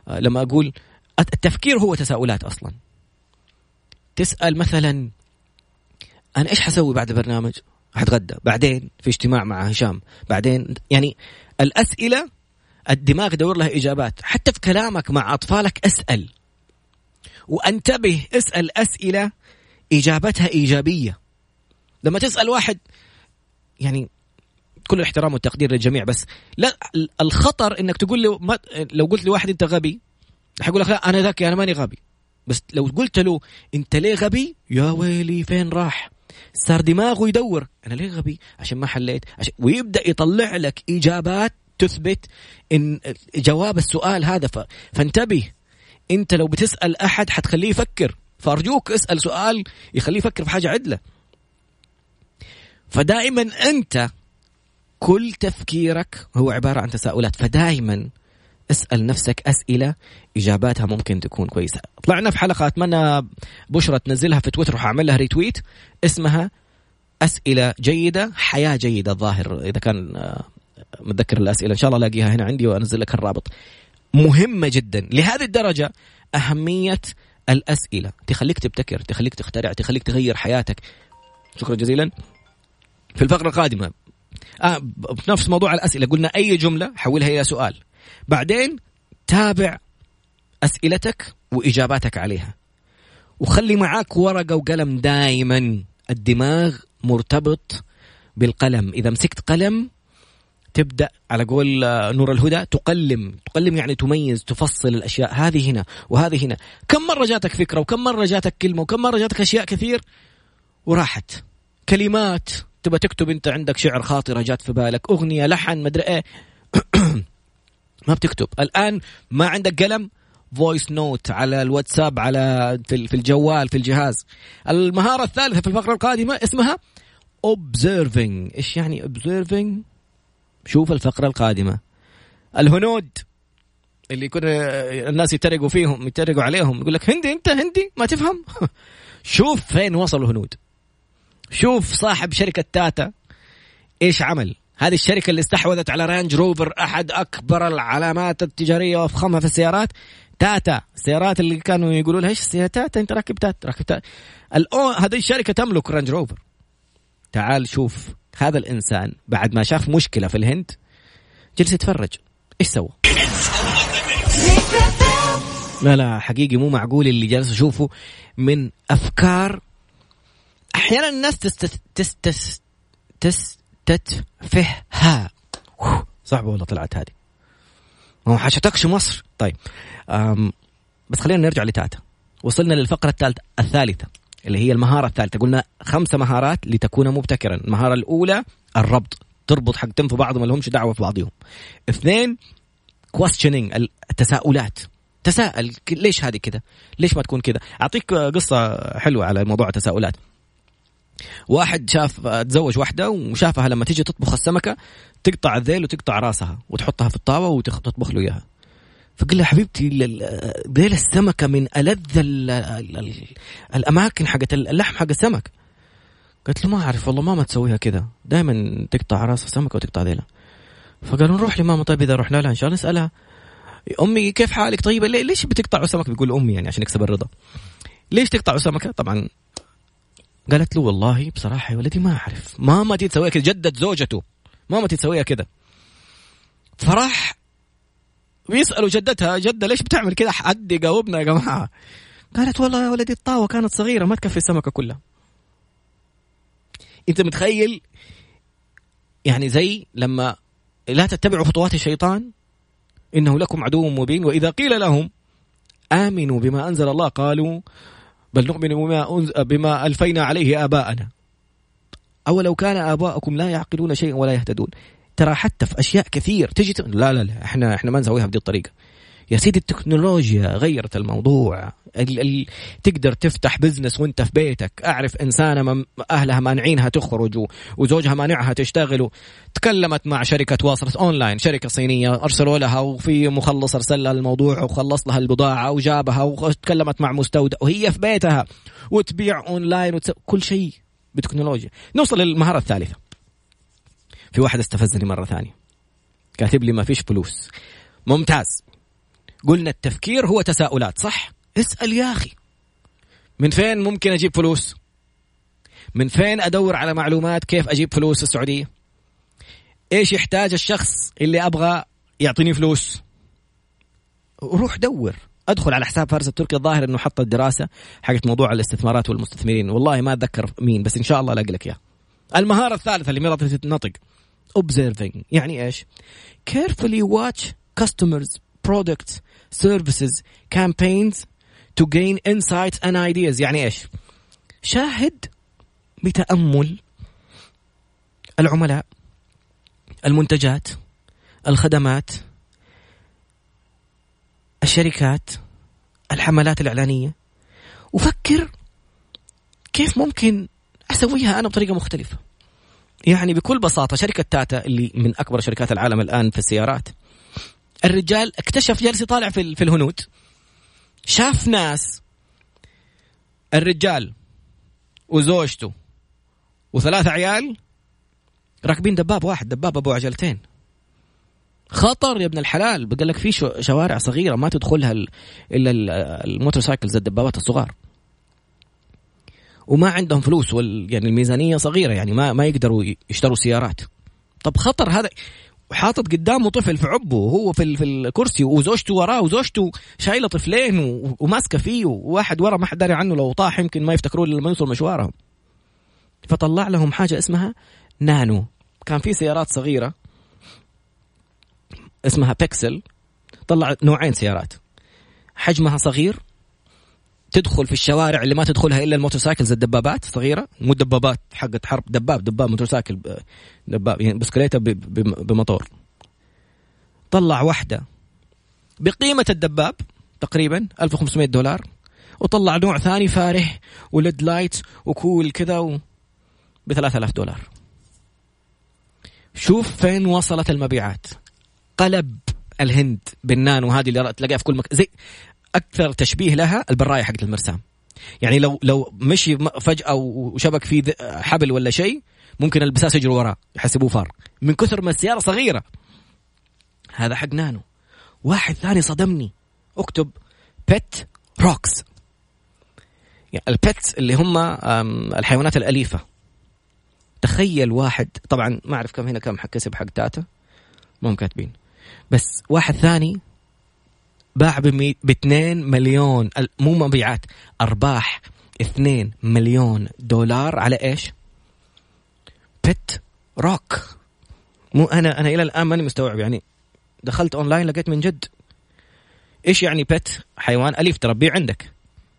لما أقول التفكير هو تساؤلات أصلا. تسأل مثلا أنا إيش حسوي بعد البرنامج؟ هتغدى، بعدين في اجتماع مع هشام، بعدين يعني الأسئلة الدماغ يدور لها إجابات. حتى في كلامك مع أطفالك أسأل وانتبه، اسأل أسئلة إجابتها إيجابية. لما تسأل واحد، يعني كل الاحترام والتقدير للجميع، بس لا الخطر انك تقول له ما لو قلت لواحد انت غبي حيقول لك لا انا ذكي انا ماني غبي. بس لو قلت له انت ليه غبي، يا ويلي فين راح، صار دماغه يدور انا ليه غبي عشان ما حليت عشان، ويبدأ يطلع لك إجابات تثبت ان جواب السؤال هذا. ف... فانتبه، انت لو بتسأل احد حتخليه يفكر، فارجوك اسأل سؤال يخليه يفكر في حاجة عدلة. فدائما انت كل تفكيرك هو عبارة عن تساؤلات، فدائما اسأل نفسك أسئلة إجاباتها ممكن تكون كويسة. طلعنا في حلقة أتمنى بشرة تنزلها في تويتر وحاعمل لها ريتويت، اسمها أسئلة جيدة حياة جيدة الظاهر، إذا كان متذكر الأسئلة إن شاء الله لاقيها هنا عندي وأنزل لك الرابط. مهمة جدا لهذه الدرجة أهمية الأسئلة، تخليك تبتكر، تخليك تخترع، تخليك تغير حياتك. شكرا جزيلا. في الفقرة القادمة آه بنفس موضوع الأسئلة قلنا أي جملة حولها إلى سؤال، بعدين تابع أسئلتك وإجاباتك عليها، وخلي معاك ورقة وقلم دائما. الدماغ مرتبط بالقلم، إذا مسكت قلم تبدأ على قول نور الهدى تقلم. تقلم يعني تميز، تفصل الأشياء، هذه هنا وهذه هنا. كم مرة جاتك فكرة وكم مرة جاتك كلمة وكم مرة جاتك أشياء كثير وراحت. كلمات تبى تكتب أنت عندك شعر خاطرة جات في بالك، أغنية، لحن، مدري إيه ما بتكتب. الآن ما عندك قلم، فويس نوت على الواتساب، على في الجوال في الجهاز. المهارة الثالثة في الفقرة القادمة اسمها observing. إيش يعني observing؟ شوف الفقرة القادمة. الهنود اللي يكون الناس يترقوا فيهم يترقوا عليهم، يقول لك هندي أنت هندي ما تفهم. شوف فين وصل الهنود. شوف صاحب شركة تاتا إيش عمل. هذه الشركة اللي استحوذت على رانج روفر، أحد أكبر العلامات التجارية وأفخمها في السيارات. تاتا السيارات اللي كانوا يقولوا لها إيش تاتا أنت راكب تاتا راكب تاتا. الآن هذه الشركة تملك رانج روفر. تعال شوف هذا الإنسان بعد ما شاف مشكلة في الهند جلس يتفرج إيش سوى. لا لا حقيقي مو معقول اللي جالس أشوفه من أفكار. أحيانا الناس تست تست تست تست تتفهها. صعبة والله طلعت هذه، ما حشتكش مصر. طيب بس خلينا نرجع لتاتا. وصلنا للفقرة الثالثة الثالثة اللي هي المهارة الثالثة. قلنا خمسة مهارات لتكون مبتكرا. المهارة الأولى الربط، تربط حاجتين في بعض ما لهمش دعوة في بعضهم. اثنين questioning، التساؤلات. تساءل ليش هذه كده، ليش ما تكون كده. أعطيك قصة حلوة على موضوع التساؤلات. واحد شاف تزوج واحدة وشافها لما تيجي تطبخ السمكة تقطع الذيل وتقطع راسها وتحطها في الطاوة وتطبخ له إياها. فقال لها حبيبتي ذيل السمكة من ألذ الأماكن حقت اللحم حق السمك. قالت له ما أعرف والله ماما تسويها كده، دائما تقطع راس السمكة وتقطع ذيلها. فقالوا نروح لماما. طيب إذا رحنا لها إن شاء الله نسألها أمي كيف حالك، طيب ليش بتقطعوا سمك؟ بيقول أمي يعني عشان يكسب الرضا. ليش تقطعوا سمكة؟ طبعا قالت له والله بصراحة يا ولدي ما أعرف، ماما تسويها كده، جدة زوجته ماما تسويها كده. فراح بيسألوا جدتها جدة ليش بتعمل كده، حد يجاوبنا يا جماعة. قالت والله يا ولدي الطاوة كانت صغيرة ما تكفي السمكة كلها. أنت متخيل يعني زي لما لا تتبعوا خطوات الشيطان إنه لكم عدو مبين، وإذا قيل لهم آمنوا بما أنزل الله قالوا بل نؤمن بما, بما ألفينا عليه آباءنا أولو كان آباؤكم لا يعقلون شيئا ولا يهتدون. ترى حتى في أشياء كثير تجي ت... لا لا لا إحنا إحنا ما نسويها بهذه الطريقة يا سيدي. التكنولوجيا غيرت الموضوع. ال... ال... تقدر تفتح بزنس وانت في بيتك. أعرف إنسانة من أهلها مانعينها تخرج و... وزوجها مانعها تشتغل، تكلمت مع شركة واصلة أونلاين، شركة صينية، أرسلوا لها وفي مخلص أرسل لها الموضوع وخلص لها البضاعة وجابها وتكلمت مع مستودع وهي في بيتها وتبيع أونلاين وتس... كل شيء بتكنولوجيا. نوصل للمهارة الثالثة. في واحد استفزني مرة ثانية كاتب لي ما فيش فلوس. ممتاز، قلنا التفكير هو تساؤلات، صح؟ اسأل يا أخي، من فين ممكن أجيب فلوس؟ من فين أدور على معلومات كيف أجيب فلوس في السعودية؟ إيش يحتاج الشخص اللي أبغى يعطيني فلوس؟ روح دور. أدخل على حساب فارس التركي، الظاهر أنه حط الدراسة حقت موضوع الاستثمارات والمستثمرين، والله ما أتذكر مين، بس إن شاء الله ألاقي لك إياه. المهارة الثالثة اللي مرة تنطق observing، يعني إيش؟ carefully watch customers, products, services, campaigns to gain insights and ideas. يعني إيش؟ شاهد بتأمل العملاء، المنتجات، الخدمات، الشركات، الحملات الإعلانية، وفكر كيف ممكن أسويها أنا بطريقة مختلفة. يعني بكل بساطة شركة تاتا اللي من أكبر شركات العالم الآن في السيارات، الرجال اكتشف جالس يطالع في في الهنود، شاف ناس، الرجال وزوجته وثلاثة عيال راكبين دباب واحد، دباب أبو عجلتين. خطر يا ابن الحلال، بقول لك في شوارع صغيرة ما تدخلها إلا الموتوسايكلز، الدبابات الصغار، وما عندهم فلوس، وال يعني الميزانية صغيرة، يعني ما ما يقدروا يشتروا سيارات. طب خطر هذا، وحاطط قدامه طفل في عبه وهو في في الكرسي، وزوجته وراه، وزوجته شايلة طفلين وماسكة فيه، وواحد ورا ما حد داري عنه، لو طاح يمكن ما يفتكرون لما يوصل مشوارهم. فطلع لهم حاجة اسمها نانو. كان في سيارات صغيرة اسمها بيكسل، طلع نوعين سيارات، حجمها صغير تدخل في الشوارع اللي ما تدخلها إلا الموتوسايكلز، الدبابات صغيرة، مو دبابات حقت حرب، دباب دباب موتوسايكل دباب، يعني بسكليتة بموتور. طلع واحدة بقيمة الدباب تقريبا ألف وخمسمائة دولار، وطلع نوع ثاني فارح وليد لايت وكول كذا و... بثلاثة آلاف دولار. شوف فين وصلت المبيعات. قلب الهند بالنانو هذه اللي تلاقيها في كل مكان، زي أكثر تشبيه لها البراية حقت المرسام. يعني لو لو مشي فجأة وشبك فيه حبل ولا شيء، ممكن البساس يجروا وراه يحسبوه فار من كثر ما السيارة صغيرة. هذا حق نانو. واحد ثاني صدمني، اكتب بيت روكس، يعني البيت اللي هم الحيوانات الأليفة. تخيل واحد، طبعا ما أعرف كم هنا كم حكسب حق تاتا، مو كاتبين، بس واحد ثاني باع باثنين مليون، مو مبيعات، أرباح اثنين مليون دولار على إيش؟ بيت روك. مو أنا أنا إلى الآن ماني مستوعب، يعني دخلت أونلاين لقيت من جد إيش يعني بيت، حيوان أليف تربيه عندك.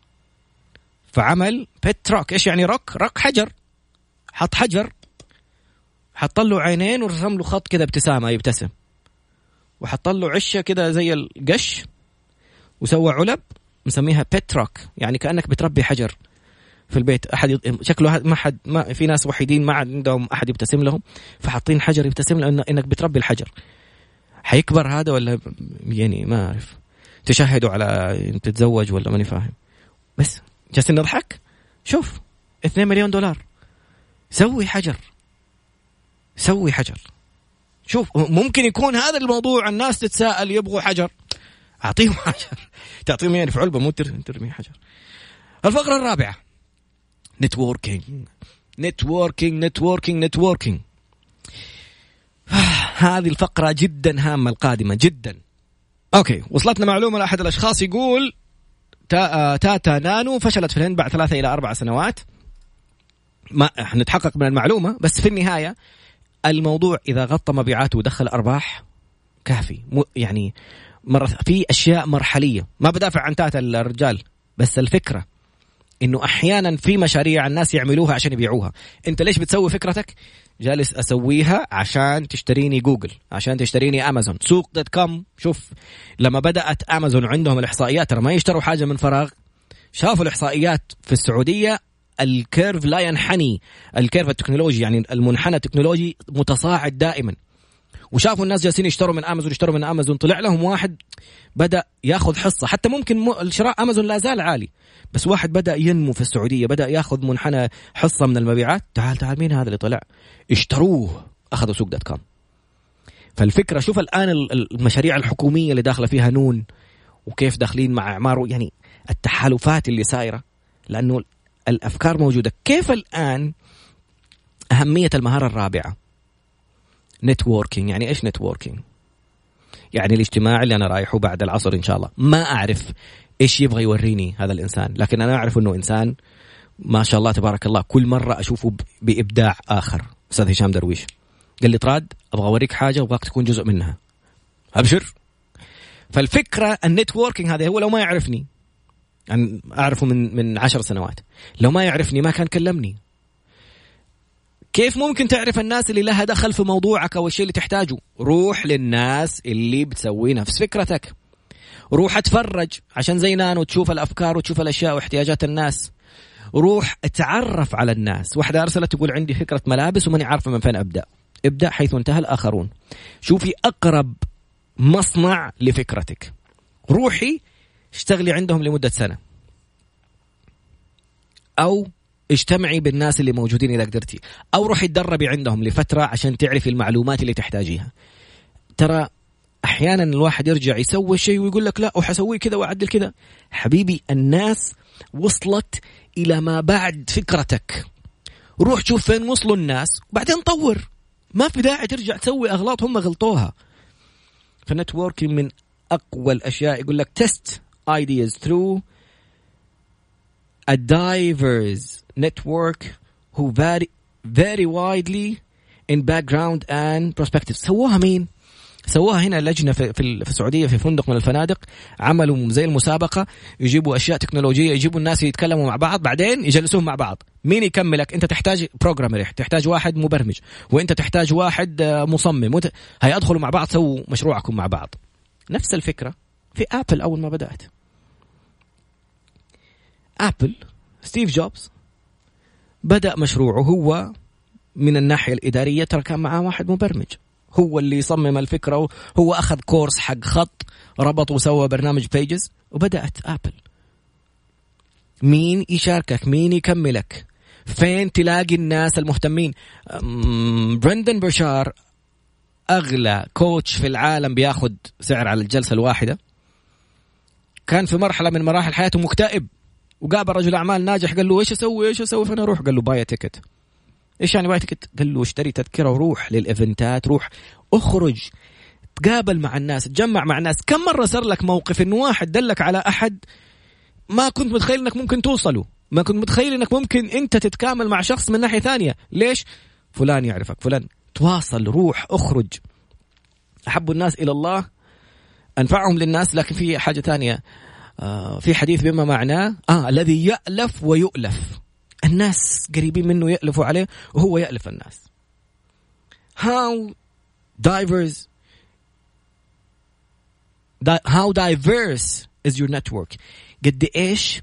فعمل بيت روك. إيش يعني روك؟ روك حجر، حط حجر، حط له عينين ورسم له خط كذا ابتسامة يبتسم، وحط له عشة كذا زي القش، وسوى علب مسميها بيت روك، يعني كأنك بتربي حجر في البيت. أحد شكله ما حد، ما في ناس وحيدين ما عندهم أحد يبتسم لهم، فحاطين حجر يبتسم له إنك بتربي الحجر. حيكبر هذا ولا يعني ما أعرف، تشهدوا على تتزوج ولا ماني فاهم، بس جالسين نضحك. شوف اثنين مليون دولار، سوي حجر، سوي حجر. شوف ممكن يكون هذا الموضوع، الناس تتساءل يبغوا حجر، أعطيهم حجر، تعطيهم يعني في علبة، مو ترمي حجر. الفقرة الرابعة، نتوركينج نتوركينج نتوركينج نتوركينج. هذه الفقرة جدا هامة القادمة جدا. أوكي، وصلتنا معلومة لأحد الأشخاص يقول تا تاتا نانو فشلت في الهند بعد ثلاثة إلى أربع سنوات. ما نتحقق من المعلومة، بس في النهاية الموضوع إذا غطى مبيعاته ودخل أرباح كافي. يعني مرة في أشياء مرحلية، ما بدافع عن تاتا الرجال، بس الفكرة إنه أحيانا في مشاريع الناس يعملوها عشان يبيعوها. أنت ليش بتسوي فكرتك؟ جالس أسويها عشان تشتريني جوجل، عشان تشتريني أمازون. سوق دوت كوم، شوف لما بدأت أمازون عندهم الإحصائيات، ترى ما يشتروا حاجة من فراغ. شافوا الإحصائيات في السعودية، الكيرف لا ينحني، الكيرف التكنولوجي يعني المنحنى التكنولوجي متصاعد دائما. وشافوا الناس جالسين يشتروا من أمازون يشتروا من أمازون، طلع لهم واحد بدأ ياخذ حصة. حتى ممكن الشراء أمازون لا زال عالي، بس واحد بدأ ينمو في السعودية، بدأ ياخذ منحنى حصة من المبيعات. تعال تعال مين هذا اللي طلع؟ اشتروه، أخذوا سوق دوت كوم. فالفكرة شوف الآن المشاريع الحكومية اللي داخلة فيها نون وكيف داخلين مع إعمار، يعني التحالفات اللي سايرة، لأنه الأفكار موجودة. كيف الآن أهمية المهارة الرابعة نتوركينج؟ يعني إيش نتوركينج؟ يعني الاجتماع اللي أنا رايحه بعد العصر إن شاء الله، ما أعرف إيش يبغى يوريني هذا الإنسان، لكن أنا أعرف أنه إنسان ما شاء الله تبارك الله كل مرة أشوفه بإبداع آخر. أستاذ هشام درويش قال لي طراد أبغى أوريك حاجة وأبغاك تكون جزء منها، أبشر. فالفكرة النتوركينج هذا هو لو ما يعرفني، أنا أعرفه من من عشر سنوات، لو ما يعرفني ما كان كلمني. كيف ممكن تعرف الناس اللي لها دخل في موضوعك أو الشيء اللي تحتاجه؟ روح للناس اللي بتسوي نفس فكرتك، روح اتفرج عشان زينان وتشوف الأفكار وتشوف الأشياء واحتياجات الناس، روح اتعرف على الناس. واحدة أرسلت تقول عندي فكرة ملابس وماني عارفة من فين أبدأ. ابدأ حيث انتهى الآخرون، شوفي أقرب مصنع لفكرتك، روحي اشتغلي عندهم لمدة سنة، أو اجتمعي بالناس اللي موجودين إذا قدرتي، أو روحي تدربي عندهم لفترة عشان تعرفي المعلومات اللي تحتاجيها. ترى أحيانا الواحد يرجع يسوي شيء ويقول لك لا وحسوي كذا وأعدل كذا. حبيبي الناس وصلت إلى ما بعد فكرتك، روح شوف فين وصلوا الناس وبعدين طور، ما في داعي ترجع تسوي أغلاط هم غلطوها. فالنتوركينج من أقوى الأشياء. يقول لك test ideas through a diverse network who vary very widely in background and perspectives. سووها مين؟ سووها هنا لجنة في في السعودية في فندق من الفنادق، عملوا زي المسابقة، يجيبوا أشياء تكنولوجية، يجيبوا الناس يتكلموا مع بعض، بعدين يجلسوهم مع بعض. مين يكملك؟ أنت تحتاج بروجرامر، تحتاج واحد مبرمج، وأنت تحتاج واحد مصمم، وت... هيدخلوا مع بعض سووا مشروعكم مع بعض. نفس الفكرة في آبل أول ما بدأت. آبل ستيف جوبز بدأ مشروعه هو من الناحية الإدارية، ترى كان معاه واحد مبرمج، هو اللي يصمم الفكرة، هو أخذ كورس حق خط، ربط وسوى برنامج بيجز، وبدأت آبل. مين يشاركك؟ مين يكملك؟ فين تلاقي الناس المهتمين؟ برندن برشار أغلى كوتش في العالم بياخد سعر على الجلسة الواحدة، كان في مرحلة من مراحل حياته مكتئب، وقابل رجل أعمال ناجح قال له إيش أسوي إيش أسوي فأنا أروح، قال له باي تيكت. إيش يعني باي تيكت؟ قال له اشتري تذكرة وروح للإيفنتات، روح اخرج تقابل مع الناس، تجمع مع الناس. كم مرة صار لك موقف إنه واحد دلك على أحد ما كنت متخيل إنك ممكن توصله، ما كنت متخيل إنك ممكن أنت تتكامل مع شخص من ناحية ثانية. ليش؟ فلان يعرفك، فلان. تواصل، روح اخرج. أحب الناس إلى الله أنفعهم للناس. لكن في حاجة تانية، آه في حديث بما معناه آه الذي يألف ويؤلف. الناس قريبين منه يألفوا عليه وهو يألف الناس. how diverse how diverse is your network؟ قد إيش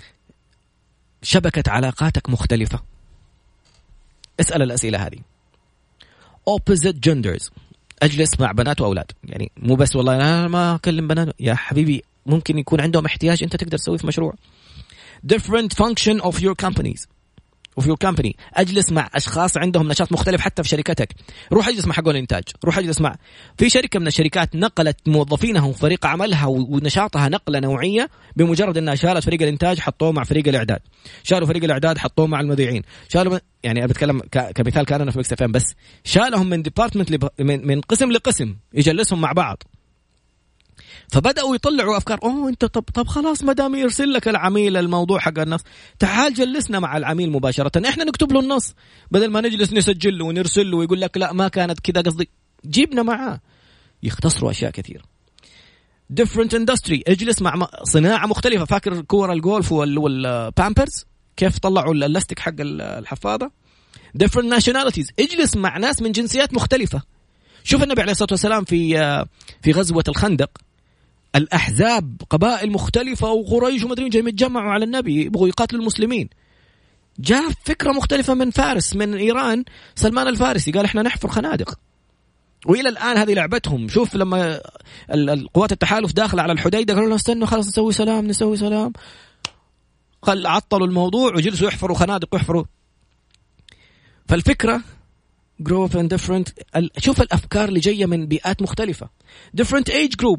شبكة علاقاتك مختلفة. اسأل الأسئلة هذه. opposite genders، أجلس مع بنات وأولاد، يعني مو بس والله أنا ما أكلم بنات، يا حبيبي ممكن يكون عندهم احتياج أنت تقدر تسويه في مشروع. different function of your companies of your company، أجلس مع أشخاص عندهم نشاط مختلف حتى في شركتك. روح أجلس مع حقون الإنتاج، روح أجلس مع في شركة من الشركات نقلت موظفينها وفريق عملها ونشاطها نقلة نوعية بمجرد أنها شالت فريق الإنتاج حطوه مع فريق الإعداد، شالوا فريق الإعداد حطوه مع المذيعين، شالوا يعني أنا بتكلم كمثال كان أنا في مكس إف إم، بس شالهم من ديبارتمنت لب... من... من قسم لقسم يجلسهم مع بعض. فبدأوا يطلعوا أفكار. أوه أنت طب طب خلاص ما دام يرسل لك العميل الموضوع حق النص، تعال جلسنا مع العميل مباشرة، إحنا نكتب له النص بدل ما نجلس نسجل له ونرسل له ويقول لك لا ما كانت كذا قصدي. جيبنا معاه، يختصروا أشياء كثير. different industry، اجلس مع صناعة مختلفة. فاكر كور الجولف والبامبرز كيف طلعوا اللاستيك حق الحفاضة؟ different nationalities، اجلس مع ناس من جنسيات مختلفة. شوف النبي عليه الصلاة والسلام في في غزوة الخندق، الأحزاب قبائل مختلفة وقريش ومدرين جاي يتجمعوا على النبي يبغوا يقاتلوا المسلمين. جاء فكرة مختلفة من فارس، من إيران، سلمان الفارسي قال إحنا نحفر خنادق. وإلى الآن هذه لعبتهم. شوف لما القوات التحالف داخلة على الحديدة قالوا لنا استنوا خلاص نسوي سلام نسوي سلام، قال عطلوا الموضوع وجلسوا يحفروا خنادق ويحفروا. فالفكرة growth and different. شوف الأفكار اللي جاية من بيئات مختلفة. different age group،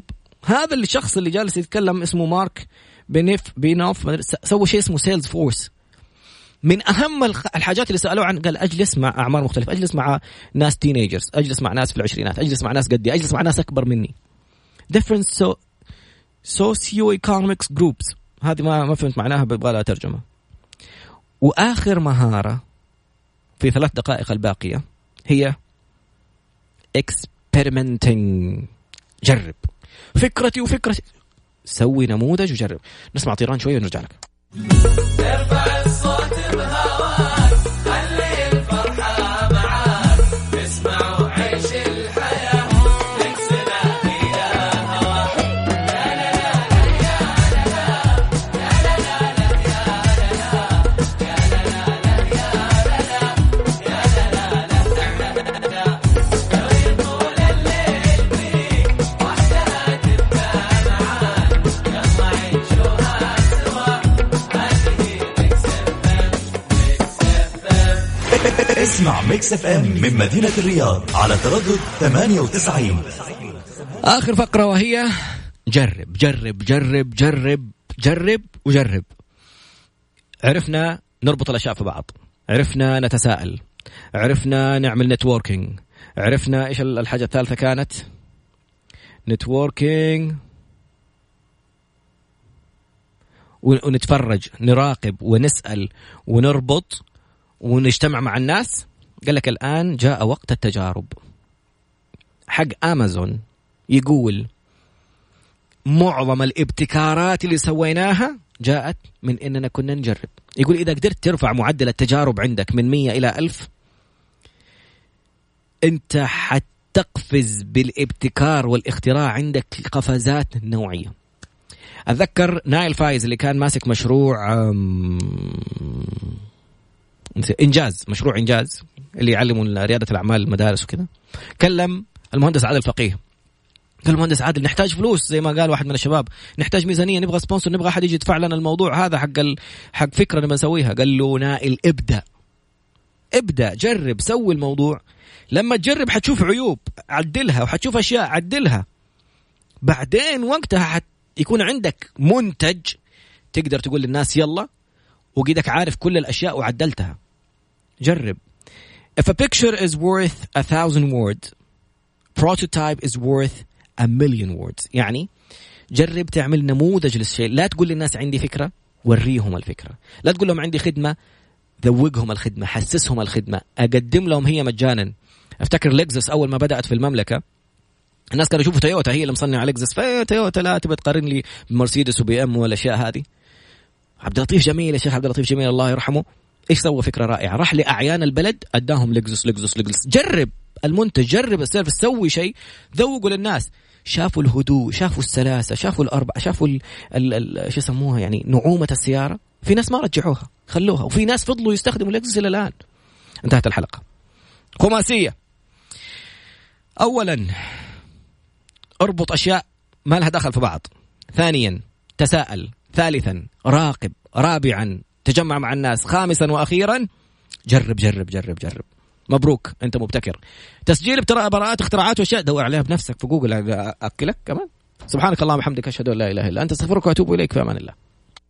هذا اللي الشخص اللي جالس يتكلم اسمه مارك بينيف بينوف سوى شيء اسمه سيلز فورس. من أهم الحاجات اللي سألوه عن قال أجلس مع أعمار مختلفة، أجلس مع ناس تينيجرز، أجلس مع ناس في العشرينات، أجلس مع ناس قدي، أجلس مع ناس أكبر مني. different so socio-economics groups. هذه ما ما فهمت معناها، ببغى لها ترجمة. وآخر مهارة في ثلاث دقائق الباقية هي experimenting. جرب فكرتي وفكرتي، سوي نموذج وجرب. نسمع طيران شوية ونرجع لك. ارفع الصوت بهواك، خلي الفرحة معاك، اسمع وعيش الحياة، نكسنا فيها هواك. لا لا لا لا يا لا لا لا لا لا يا لا لا يا لا لا يا لا لا يا لا لا لا. لو يطول الليل بيك وحدها تبقى معاك، يلا عيشوها سوا. اسمع ميكس اف ام من مدينة الرياض على تردد ثمانية وتسعين. آخر فقرة وهي جرب جرب جرب جرب جرب وجرب. عرفنا نربط الأشياء في بعض، عرفنا نتساءل، عرفنا نعمل نتوركينج، عرفنا إيش الحاجة الثالثة كانت؟ نتوركينج، ونتفرج، نراقب ونسأل ونربط ونجتمع مع الناس. قال لك الآن جاء وقت التجارب. حق أمازون يقول معظم الابتكارات اللي سويناها جاءت من إننا كنا نجرب. يقول إذا قدرت ترفع معدل التجارب عندك من مية إلى ألف، أنت حتقفز بالابتكار والاختراع، عندك قفزات نوعية. أتذكر نايل فايز اللي كان ماسك مشروع إنجاز، مشروع إنجاز اللي يعلموا ريادة الأعمال المدارس وكذا، كلم المهندس عادل فقيه. قال المهندس عادل نحتاج فلوس، زي ما قال واحد من الشباب، نحتاج ميزانية، نبغى سبونسر، نبغى أحد يجي يدفع لنا الموضوع هذا حق ال... حق فكرة نبغى نسويها. قال له نائل ابدأ ابدأ جرب، سوي الموضوع. لما تجرب حتشوف عيوب عدلها، وحتشوف أشياء عدلها، بعدين وقتها حت يكون عندك منتج تقدر تقول للناس يلا، وقيدك عارف كل الأشياء وعدلتها. جرب. If a picture is worth a thousand words, prototype is worth a million words. يعني جرب تعمل نموذج للشيء. لا تقول للناس عندي فكرة، وريهم الفكرة. لا تقول لهم عندي خدمة، ذوقهم الخدمة، حسسهم الخدمة، أقدم لهم هي مجانا. أفتكر لكزس أول ما بدأت في المملكة الناس كانوا يشوفوا تويوتا هي اللي مصنعة لكزس، فتويوتا لا تبي تقارن لي بمرسيدس وبي ام والأشياء هذه. عبد اللطيف جميل، الشيخ عبد اللطيف جميل الله يرحمه، ايش سوى؟ فكرة رائعة، راح لأعيان البلد اداهم لكزس لكزس لكزس. جرب المنتج، جرب السيرفس، سوي شيء ذوقوا للناس. شافوا الهدوء، شافوا السلاسة، شافوا الأربعة، شافوا ال ال ال شو يسموها يعني نعومة السيارة. في ناس ما رجعوها خلوها، وفي ناس فضلوا يستخدموا لكزس إلى الآن. انتهت الحلقة. خماسية. أولا اربط أشياء ما لها دخل في بعض. ثانيا تساءل. ثالثا راقب. رابعا تجمع مع الناس. خامسا وأخيرا جرب جرب جرب جرب. مبروك أنت مبتكر. تسجيل براءات اختراعات وأشياء دور عليها بنفسك في جوجل، أكلك كمان. سبحانك اللهم وبحمدك أشهد أن لا إله إلا أنت، أستغفرك وأتوب إليك. في أمان الله.